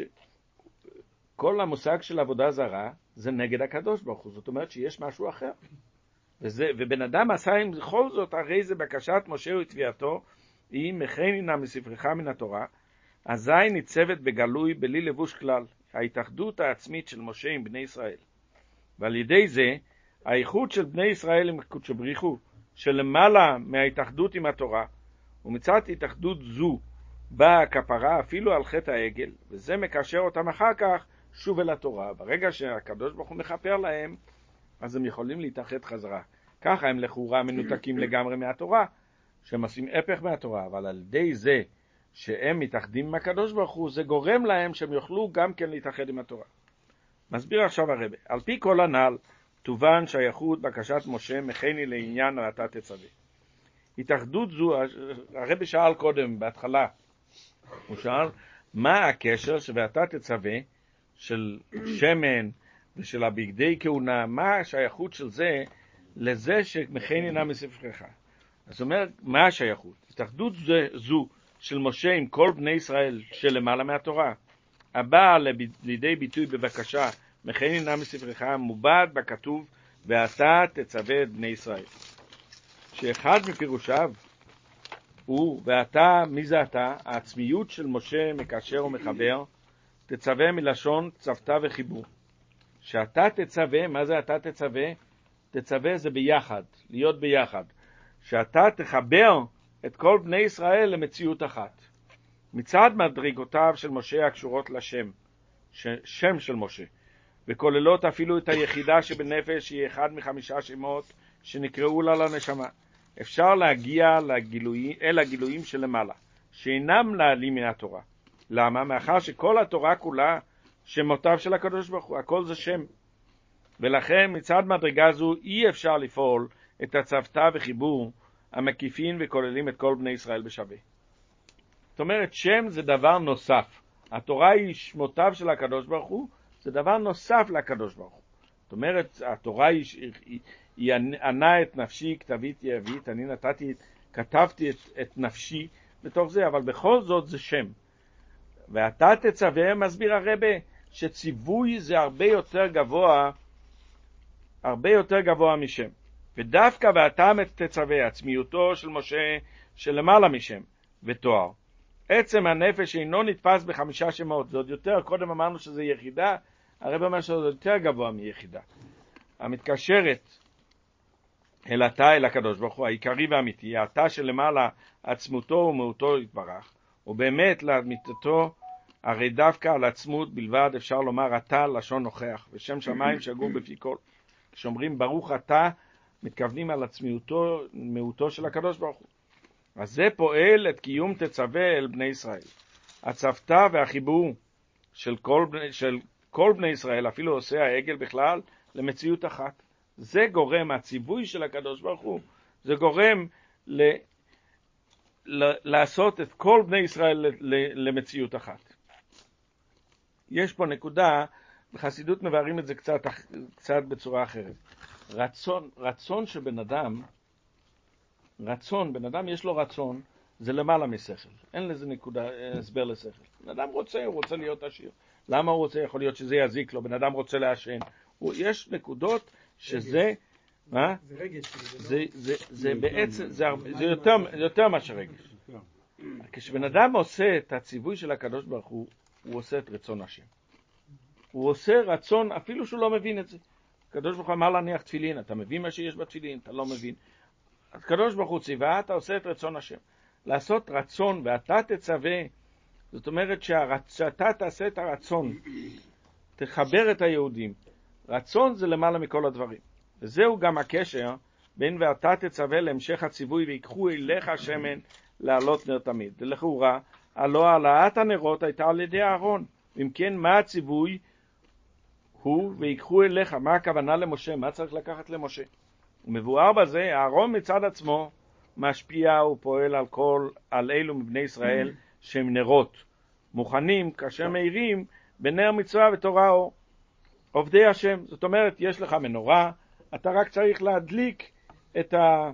כל המושג של עבודה זרה, זה נגד הקדוש ברוך הוא. זאת אומרת שיש משהו אחר. וזה, ובן אדם עשה עם בכל זאת, הרי זה בקשת משה ותביעתו, היא מכנינה מספרך מן התורה, אזי ניצבת בגלוי בלי לבוש כלל, ההתאחדות העצמית של משה עם בני ישראל. ועל ידי זה, האיחוד של בני ישראל עם קודשא בריך הוא, שלמעלה מההתאחדות עם התורה, ומצד התאחדות זו באה הכפרה אפילו על חטא העגל, וזה מקשר אותם אחר כך שוב אל התורה. ברגע שהקדוש ברוך הוא מחפר להם, אז הם יכולים להתאחד חזרה. ככה הם לכאורה מנותקים לגמרי מהתורה, שהם עושים הפך מהתורה, אבל על ידי זה שהם מתאחדים עם הקדוש ברוך הוא, זה גורם להם שהם יוכלו גם כן להתאחד עם התורה. מסביר עכשיו הרב, על פי כל הנ"ל, תובן שייכות בקשת משה מכני לעניין ואתה תצווה. התאחדות זו, הרב שאל קודם בהתחלה, הוא שאל מה הקשר שאתה תצווה של שמן ושל הבגדי כהונה, מה השייכות של זה לזה שמכני נע מספרך. אז הוא אומר, מה השייכות? התאחדות זו של משה עם כל בני ישראל שלמעלה מהתורה, הבאה לידי ביטוי בבקשה מכני נע מספרך, מובד בכתוב ואתה תצווה את בני ישראל. שאחד מפירושיו הוא, ואתה, מי זה אתה? העצמיות של משה מקשר ומחבר, תצווה מלשון צוותה וחיבור. שאתה תצווה, מה זה אתה תצווה? תצווה זה ביחד, להיות ביחד. שאתה תחבר את כל בני ישראל למציאות אחת. מצד מדרגותיו של משה הקשורות לשם, שם של משה, וכוללות אפילו את היחידה שבנפש היא אחד מחמישה שמות שנקראו לה לנשמה. אפשר להגיע לגילוי, אל הגילויים שלמעלה, שאינם לעלים מהתורה. למה? מאחר שכל התורה כולה שמותיו של הקדוש ברוך הוא, הכל זה שם. ולכן מצד מדרגה זו אי אפשר לפעול את הצוותה וחיבור המקיפין וכוללים את כל בני ישראל בשווה. זאת אומרת, שם זה דבר נוסף. התורה היא שמותיו של הקדוש ברוך הוא, זה דבר נוסף לקדוש ברוך הוא. זאת אומרת, התורה היא, היא, היא ענה את נפשי, כתביתי אבית, אני נתתי, כתבתי את, את נפשי בתוך זה, אבל בכל זאת זה שם. ואתה תצווה, מסביר הרבה, שציווי זה הרבה יותר גבוה, הרבה יותר גבוה משם. ודווקא ואתה תצווה, עצמיותו של משה שלמעלה משם ותואר. עצם הנפש אינו נתפס בחמישה שמות, זה עוד יותר, קודם אמרנו שזה יחידה, הרב אומר שזה יותר גבוה מיחידה. המתקשרת אל התא, אל הקדוש ברוך הוא, העיקרי והאמיתי, התא שלמעלה עצמותו ומהותו יתברך, ובאמת לאמיתתו, הרי דווקא על עצמות בלבד אפשר לומר התא לשון נוכח, ושם שמיים שגור בפי כל. כשאומרים ברוך התא, מתכוונים על עצמיותו, מהותו של הקדוש ברוך הוא. אז זה פועל את קיום תצווה אל בני ישראל. הצוותא והחיבור של כל, של כל בני ישראל, אפילו עושה העגל בכלל, למציאות אחת. זה גורם, הציווי של הקדוש ברוך הוא, זה גורם ל, ל, לעשות את כל בני ישראל ל, ל, למציאות אחת. יש פה נקודה, בחסידות מבארים את זה קצת, קצת בצורה אחרת. רצון, רצון שבן אדם, רצון, בן אדם יש לו רצון, זה למעלה משכל. אין לזה נקודה, הסבר לשכל. בן אדם רוצה, הוא רוצה להיות עשיר. למה הוא רוצה? יכול להיות שזה יזיק לו. בן אדם רוצה לעשן. יש נקודות שזה, מה? זה רגש. זה, זה, זה בעצם, זה יותר, זה יותר מה שרגש. כשבן אדם עושה את הציווי של הקדוש ברוך הוא, הוא עושה את רצון השם. הוא עושה רצון, אפילו שהוא לא מבין את זה. הקדוש ברוך הוא אמר להניח תפילין, אתה מבין מה שיש בתפילין? אתה לא מבין. הקדוש ברוך הוא ציווה, אתה עושה את רצון השם. לעשות רצון, ואתה תצווה, זאת אומרת שאתה תעשה את הרצון, תחבר את היהודים. רצון זה למעלה מכל הדברים. וזהו גם הקשר בין ואתה תצווה להמשך הציווי ויקחו אליך שמן לעלות נר תמיד. ולכאורה, הלא העלאת הנרות הייתה על ידי אהרון. אם כן, מה הציווי הוא ויקחו אליך? מה הכוונה למשה? מה צריך לקחת למשה? ומבואר בזה, אהרון מצד עצמו משפיע ופועל על כל, על אלו מבני ישראל שהם נרות, מוכנים כאשר מאירים בנר מצווה ותורה אור. עובדי השם, זאת אומרת, יש לך מנורה, אתה רק צריך להדליק את ה...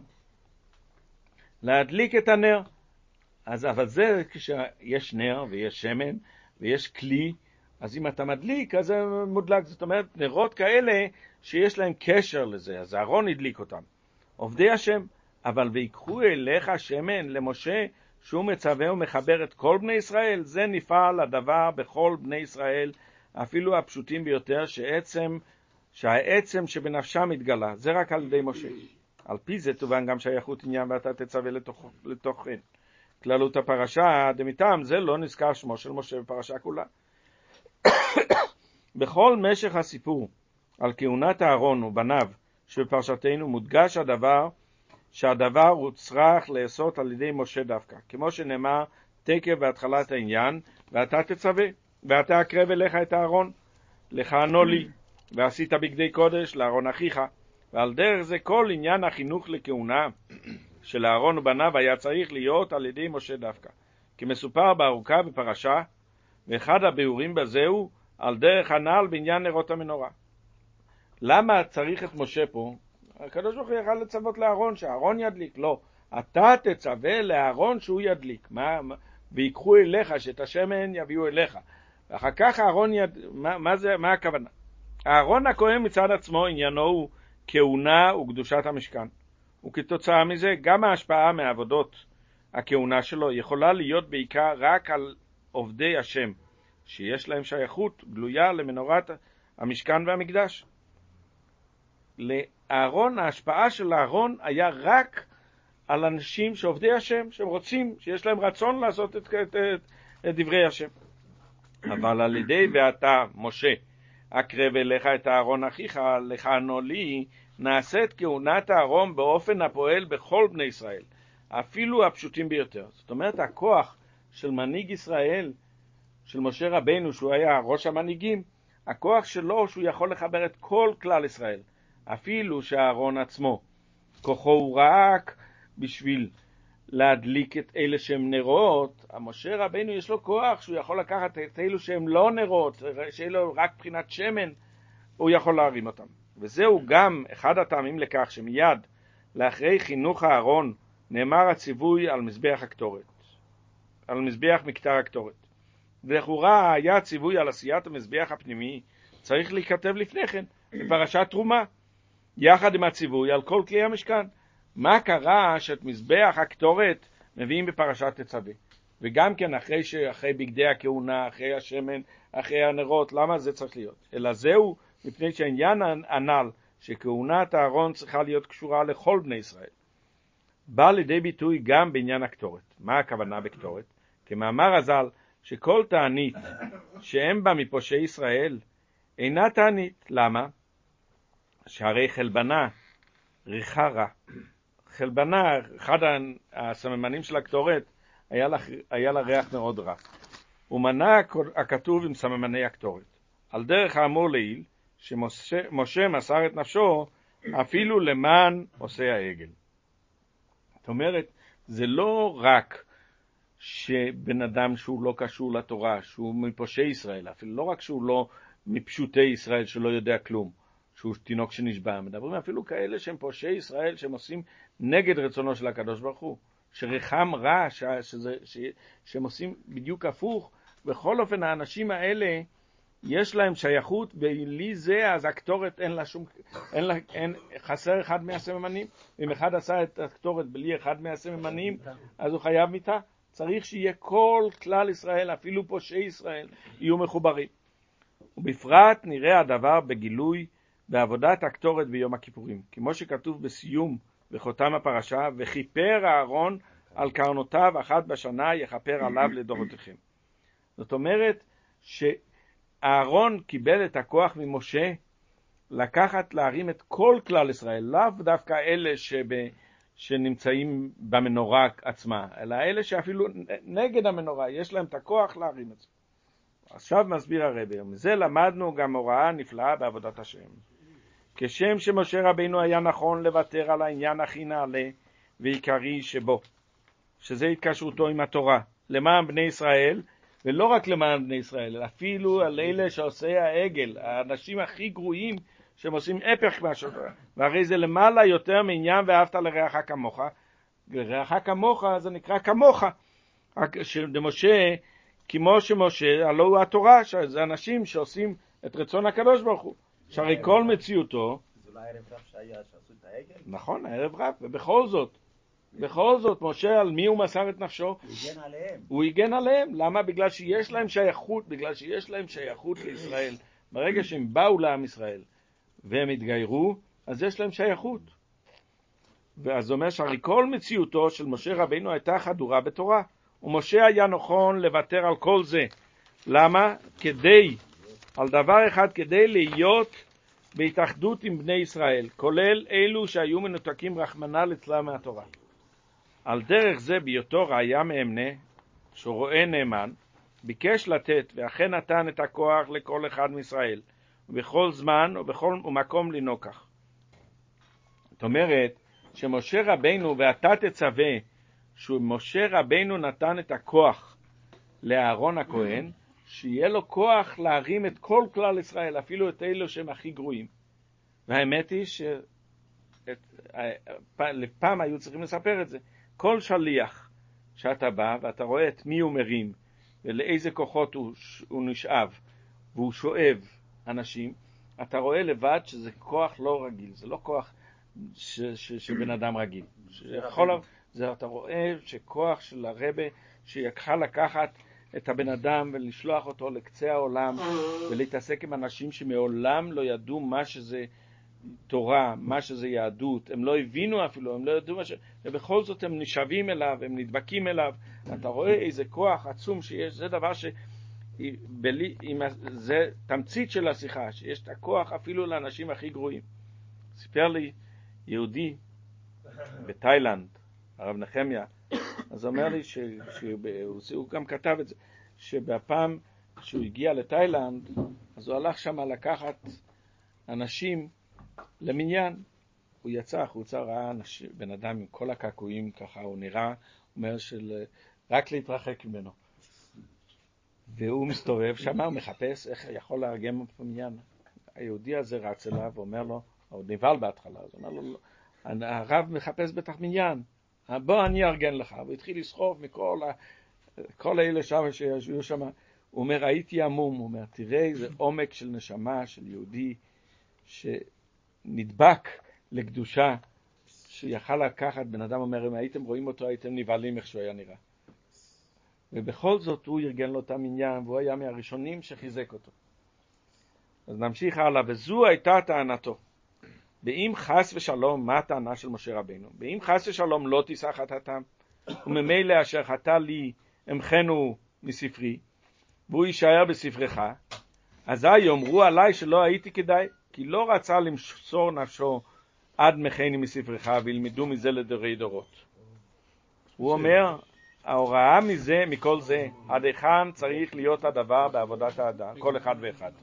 להדליק את הנר. אז אבל זה כשיש נר ויש שמן ויש כלי, אז אם אתה מדליק, אז זה מודלק. זאת אומרת, נרות כאלה שיש להם קשר לזה, אז אהרון הדליק אותם. עובדי השם, אבל ויקחו אליך שמן למשה, שהוא מצווה ומחבר את כל בני ישראל, זה נפעל הדבר בכל בני ישראל, אפילו הפשוטים ביותר, שעצם, שהעצם שבנפשם מתגלה, זה רק על ידי משה. על פי זה תובן גם שייכות עניין ואתה תצווה לתוך, לתוכן. כללות הפרשה, דמיתם, זה לא נזכר שמו של משה בפרשה כולה. בכל משך הסיפור על כהונת אהרון ובניו שבפרשתנו מודגש הדבר שהדבר הוא צריך לעשות על ידי משה דווקא, כמו שנאמר תקף בהתחלת העניין, ואתה תצווה, ואתה אקרב אליך את אהרון, לכהנו לי, ועשית בגדי קודש לאהרון אחיך, ועל דרך זה כל עניין החינוך לכהונה של אהרון ובניו היה צריך להיות על ידי משה דווקא, כי מסופר בארוכה בפרשה, ואחד הביאורים בזהו על דרך הנעל בעניין נרות המנורה. למה צריך את משה פה? הקדוש ברוך הוא יכל לצוות לאהרון שהאהרון ידליק. לא, אתה תצווה לאהרון שהוא ידליק. מה, ויקחו אליך, שאת השמן יביאו אליך. ואחר כך אהרון יד... מה, מה, זה, מה הכוונה? אהרון הכהן מצד עצמו עניינו הוא כהונה וקדושת המשכן. וכתוצאה מזה גם ההשפעה מעבודות הכהונה שלו יכולה להיות בעיקר רק על עובדי השם, שיש להם שייכות גלויה למנורת המשכן והמקדש. לאהרון, ההשפעה של אהרון היה רק על אנשים שעובדי השם, שהם רוצים, שיש להם רצון לעשות את, את, את, את דברי השם. אבל על ידי ואתה, משה, אקרב אליך את אהרון אחיך, לכהנו לי, נעשית כהונת אהרון באופן הפועל בכל בני ישראל, אפילו הפשוטים ביותר. זאת אומרת, הכוח של מנהיג ישראל, של משה רבנו, שהוא היה ראש המנהיגים, הכוח שלו שהוא יכול לחבר את כל כלל ישראל, אפילו שאהרון עצמו, כוחו הוא רק בשביל להדליק את אלה שהם נרות. המשה רבנו יש לו כוח שהוא יכול לקחת את אלו שהם לא נרות, שיהיה לו רק בחינת שמן, הוא יכול להרים אותם. וזהו גם אחד הטעמים לכך שמיד לאחרי חינוך אהרון נאמר הציווי על מזבח הקטורת, על מזבח מקטר הקטורת. ולכאורה היה ציווי על עשיית המזבח הפנימי צריך להיכתב לפני כן בפרשת תרומה, יחד עם הציווי על כל כלי המשכן. מה קרה שאת מזבח הקטורת מביאים בפרשת תצווה? וגם כן אחרי, אחרי בגדי הכהונה, אחרי השמן, אחרי הנרות, למה זה צריך להיות? אלא זהו מפני שהעניין הנ"ל שכהונת הארון צריכה להיות קשורה לכל בני ישראל. בא לידי ביטוי גם בעניין הקטורת. מה הכוונה בקטורת? כמאמר הז"ל שכל תענית שאין בה מפושעי ישראל אינה תענית. למה? שהרי חלבנה ריחה רע. חלבנה, אחד הסממנים של הקטורת, היה לה, היה לה ריח מאוד רע. ומנה הכתוב עם סממני הקטורת. על דרך האמור לעיל, שמשה מסר את נפשו אפילו למען עושה העגל. זאת אומרת, זה לא רק שבן אדם שהוא לא קשור לתורה, שהוא מפושעי ישראל, אפילו לא רק שהוא לא מפשוטי ישראל שלא יודע כלום, שהוא תינוק שנשבע, מדברים אפילו כאלה שהם פושעי ישראל שהם עושים נגד רצונו של הקדוש ברוך הוא, שרחם רע, ש... שזה... ש... שהם עושים בדיוק הפוך. בכל אופן האנשים האלה יש להם שייכות, ובלי זה אז הקטורת אין לה שום, אין לה, אין, חסר אחד מהסממנים. אם אחד עשה את הקטורת בלי אחד מהסממנים, אז הוא חייב מיתה. צריך שיהיה כל כלל ישראל, אפילו פושעי ישראל, יהיו מחוברים. ובפרט נראה הדבר בגילוי בעבודת הקטורת ביום הכיפורים, כמו שכתוב בסיום בחותם הפרשה, וכיפר הארון על קרנותיו אחת בשנה יכפר עליו לדורותיכם. זאת אומרת שהארון קיבל את הכוח ממשה לקחת להרים את כל כלל ישראל, לאו דווקא אלה שב, שנמצאים במנורה עצמה, אלא אלה שאפילו נגד המנורה יש להם את הכוח להרים את זה. עכשיו מסביר הרבי, מזה למדנו גם הוראה נפלאה בעבודת השם. כשם שמשה רבינו היה נכון לוותר על העניין הכי נעלה ועיקרי שבו, שזה התקשרותו עם התורה, למען בני ישראל, ולא רק למען בני ישראל, אלא אפילו על אלה שעושה העגל, האנשים הכי גרועים שהם עושים הפך מהשוטרה. והרי זה למעלה יותר מעניין ואהבת לרעך כמוך. לרעך כמוך זה נקרא כמוך. שמשה, כמו שמשה, הלא הוא התורה, זה אנשים שעושים את רצון הקדוש ברוך הוא. שהרי כל מציאותו... זה לא הערב רב שהיה שעשו את העגל? נכון, הערב רב, ובכל זאת, בכל זאת, משה על מי הוא מסר את נפשו? הוא הגן עליהם. הוא הגן עליהם. למה? בגלל שיש להם שייכות, בגלל שיש להם שייכות לישראל. ברגע שהם באו לעם ישראל והם התגיירו, אז יש להם שייכות. ואז אומר שהרי כל מציאותו של משה רבינו הייתה חדורה בתורה. ומשה היה נכון לוותר על כל זה. למה? כדי, על דבר אחד, כדי להיות בהתאחדות עם בני ישראל, כולל אלו שהיו מנותקים רחמנא ליצלן מהתורה. על דרך זה בהיותו ראיה מאמנה, שהוא רואה נאמן, ביקש לתת ואכן נתן את הכוח לכל אחד מישראל, ובכל זמן ובכל מקום לנוכח. זאת אומרת שמשה רבינו ואתה תצווה, שמשה רבינו נתן את הכוח לאהרון הכהן, שיהיה לו כוח להרים את כל כלל ישראל, אפילו את אלו שהם הכי גרועים. והאמת היא שלפעם היו צריכים לספר את זה. כל שליח שאתה בא ואתה רואה את מי הוא מרים ולאיזה כוחות הוא, הוא נשאב והוא שואב אנשים, אתה רואה לבד שזה כוח לא רגיל, זה לא כוח ש, ש, שבן אדם רגיל. שיכול, זה, אתה רואה שכוח של הרבה שיכל לקחת את הבן אדם ולשלוח אותו לקצה העולם ולהתעסק עם אנשים שמעולם לא ידעו מה שזה תורה, מה שזה יהדות, הם לא הבינו אפילו, הם לא ידעו מה ש... ובכל זאת הם נשאבים אליו, הם נדבקים אליו. אתה רואה איזה כוח עצום שיש, זה דבר ש... בלי... זה תמצית של השיחה, שיש את הכוח אפילו לאנשים הכי גרועים. סיפר לי יהודי בתאילנד, הרב נחמיה, אז אומר לי ש... שהוא גם כתב את זה, שבפעם שהוא הגיע לתאילנד, אז הוא הלך שם לקחת אנשים למניין. הוא יצא החוצה, ראה אנשים, בן אדם עם כל הקעקועים, ככה הוא נראה, אומר של רק להתרחק ממנו. והוא מסתובב שם, הוא מחפש איך יכול לארגן במניין. היהודי הזה רץ אליו ואומר לו, הוא נבהל בהתחלה, אז אומר לו, הרב מחפש בטח מניין, בוא אני ארגן לך. הוא התחיל לסחוב מכל ה... כל האלה שם שישבו שם. הוא אומר, הייתי עמום. הוא אומר, תראה איזה עומק של נשמה של יהודי שנדבק לקדושה, שיכל לקחת. בן אדם אומר, אם הייתם רואים אותו הייתם נבהלים איך שהוא היה נראה. ובכל זאת הוא ארגן לו את המניין, והוא היה מהראשונים שחיזק אותו. אז נמשיך הלאה, וזו הייתה טענתו. ואם חס ושלום, מה הטענה של משה רבינו? ואם חס ושלום לא תישא חטאתם, וממילא אשר חטא לי אמחנו מספרי, והוא יישאר בספרך, אזי יאמרו עליי שלא הייתי כדאי, כי לא רצה למסור נפשו עד מחני מספרך, וילמדו מזה לדורי דורות. הוא אומר, ההוראה מזה, מכל זה, עד היכן צריך להיות הדבר בעבודת האדם, כל אחד ואחד.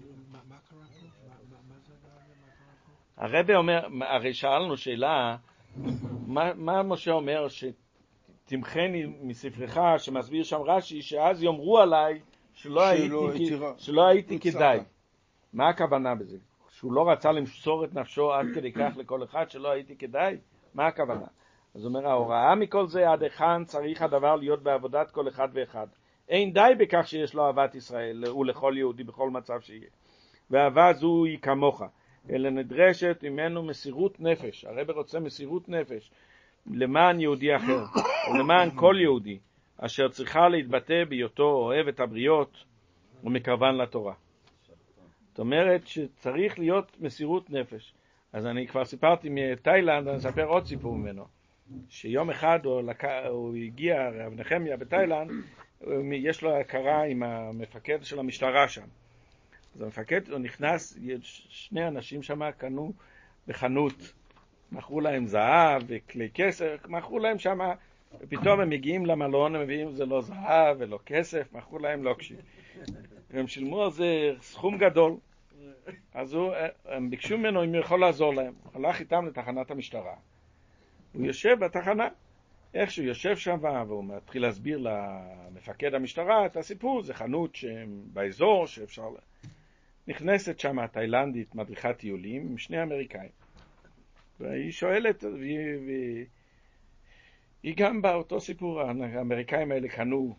הרבי אומר, הרי שאלנו שאלה, מה, מה משה אומר שתמחני מספרך, שמסביר שם רש"י, שאז יאמרו עליי שלא הייתי, שלא הייתי כדאי. מה הכוונה בזה? שהוא לא רצה למסור את נפשו עד כדי כך לכל אחד שלא הייתי כדאי? מה הכוונה? אז אומר, ההוראה מכל זה עד היכן צריך הדבר להיות בעבודת כל אחד ואחד. אין די בכך שיש לו אהבת ישראל ולכל יהודי בכל מצב שיהיה. ואהבה זו היא כמוך, אלא נדרשת ממנו מסירות נפש. הרב רוצה מסירות נפש למען יהודי אחר, ולמען כל יהודי, אשר צריכה להתבטא בהיותו אוהב את הבריות ומקרבן לתורה. זאת אומרת שצריך להיות מסירות נפש. אז אני כבר סיפרתי מתאילנד, אני אספר עוד סיפור ממנו. שיום אחד הוא, לק... הוא הגיע, רב נחמיה בתאילנד, יש לו הכרה עם המפקד של המשטרה שם. אז המפקד, הוא נכנס, שני אנשים שם קנו בחנות, מכרו להם זהב וכלי כסף, מכרו להם שם, ופתאום הם מגיעים למלון, הם מביאים, זה לא זהב ולא כסף, מכרו להם לוקשים. והם שילמו על זה סכום גדול. אז הוא, הם ביקשו ממנו אם הוא יכול לעזור להם. הוא הלך איתם לתחנת המשטרה. הוא יושב בתחנה. איך שהוא יושב שם, והוא מתחיל להסביר למפקד המשטרה את הסיפור, זה חנות באזור שאפשר... נכנסת שם התאילנדית מדריכת טיולים עם שני אמריקאים. והיא שואלת, והיא, והיא, היא גם באותו סיפור, האמריקאים האלה קנו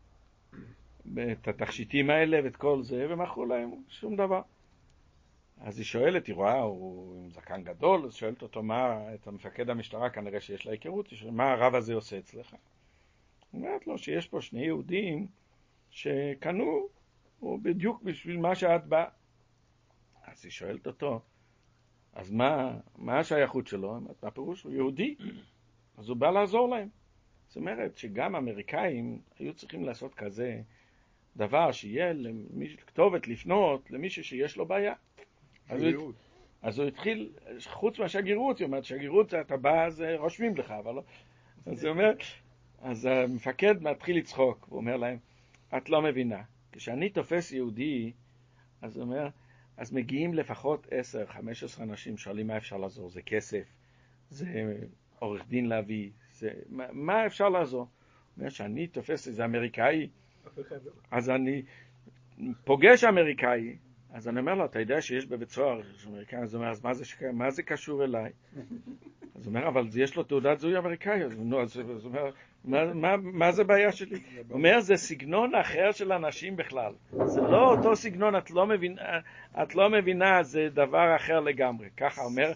את התכשיטים האלה ואת כל זה, ומכרו להם שום דבר. אז היא שואלת, היא רואה, הוא עם זקן גדול, אז שואלת אותו מה, את המפקד המשטרה, כנראה שיש לה היכרות, מה הרב הזה עושה אצלך? הוא אומרת לו שיש פה שני יהודים שקנו, הוא בדיוק בשביל מה שאת באה. אז היא שואלת אותו, אז מה, מה השייכות שלו? מה פירוש? הוא יהודי. אז הוא בא לעזור להם. זאת אומרת שגם האמריקאים היו צריכים לעשות כזה דבר שיהיה כתובת לפנות למישהו שיש לו בעיה. אז הוא, אז הוא התחיל, חוץ מהשגרירות, היא אומרת, שגרירות אתה בא, אז רושמים לך, אבל לא. אז הוא אומר, אז המפקד מתחיל לצחוק, הוא אומר להם, את לא מבינה. כשאני תופס יהודי, אז הוא אומר, אז מגיעים לפחות עשר, חמש עשרה אנשים, שואלים מה אפשר לעזור, זה כסף, זה עורך דין להביא, זה, מה, מה אפשר לעזור? הוא אומר, שאני תופס איזה אמריקאי, אז אני פוגש אמריקאי, אז אני אומר לו, אתה יודע שיש בבית סוהר אמריקאי, אז הוא אומר, אז מה זה, מה זה קשור אליי? אז הוא אומר, אבל יש לו תעודת זהוי אמריקאי, אז הוא אומר, מה, מה, מה זה בעיה שלי? הוא אומר, זה סגנון אחר של אנשים בכלל. זה לא אותו סגנון, את לא מבינה, את לא מבינה, זה דבר אחר לגמרי. ככה אומר,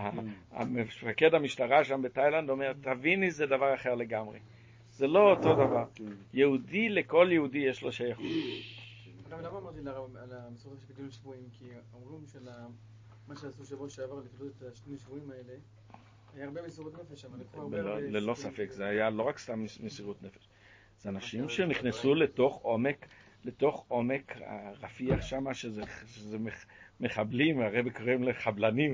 המפקד המשטרה שם בתאילנד אומר, תביני, זה דבר אחר לגמרי. זה לא אותו דבר. יהודי לכל יהודי יש לו שייכות. למה אמרתי על המסורת של גידול שבועים? כי אומרים שמה שעשו שבוע שעבר לפדות את השני שבועים האלה, היה הרבה מסירות נפש, אבל לקחו הרבה... ללא ספק, זה היה לא רק סתם מסירות נפש. זה אנשים שנכנסו לתוך עומק, לתוך עומק הרפיח שם, שזה מחבלים, הרב קוראים לחבלנים.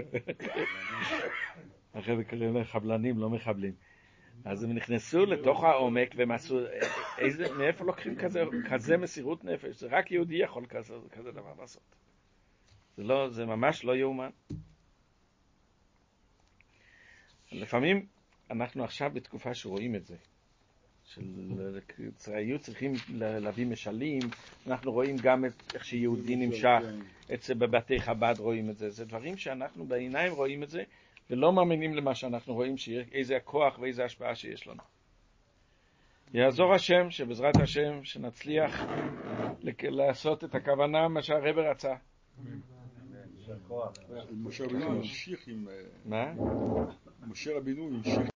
הרב קוראים לחבלנים, לא מחבלים. אז הם נכנסו לתוך העומק והם עשו, איזה, מאיפה לוקחים כזה, כזה מסירות נפש? זה רק יהודי יכול כזה, כזה דבר לעשות. זה לא, זה ממש לא יאומן. לפעמים אנחנו עכשיו בתקופה שרואים את זה, שהיו צריכים להביא משלים, אנחנו רואים גם את, איך שיהודי נמשך, את זה בבתי חב"ד רואים את זה, זה דברים שאנחנו בעיניים רואים את זה, ולא מאמינים למה שאנחנו רואים, איזה הכוח ואיזה השפעה שיש לנו. יעזור השם, שבעזרת השם, שנצליח לעשות את הכוונה, מה שהרב רצה. משה רבינו המשיך עם... מה? משה רבינו המשיך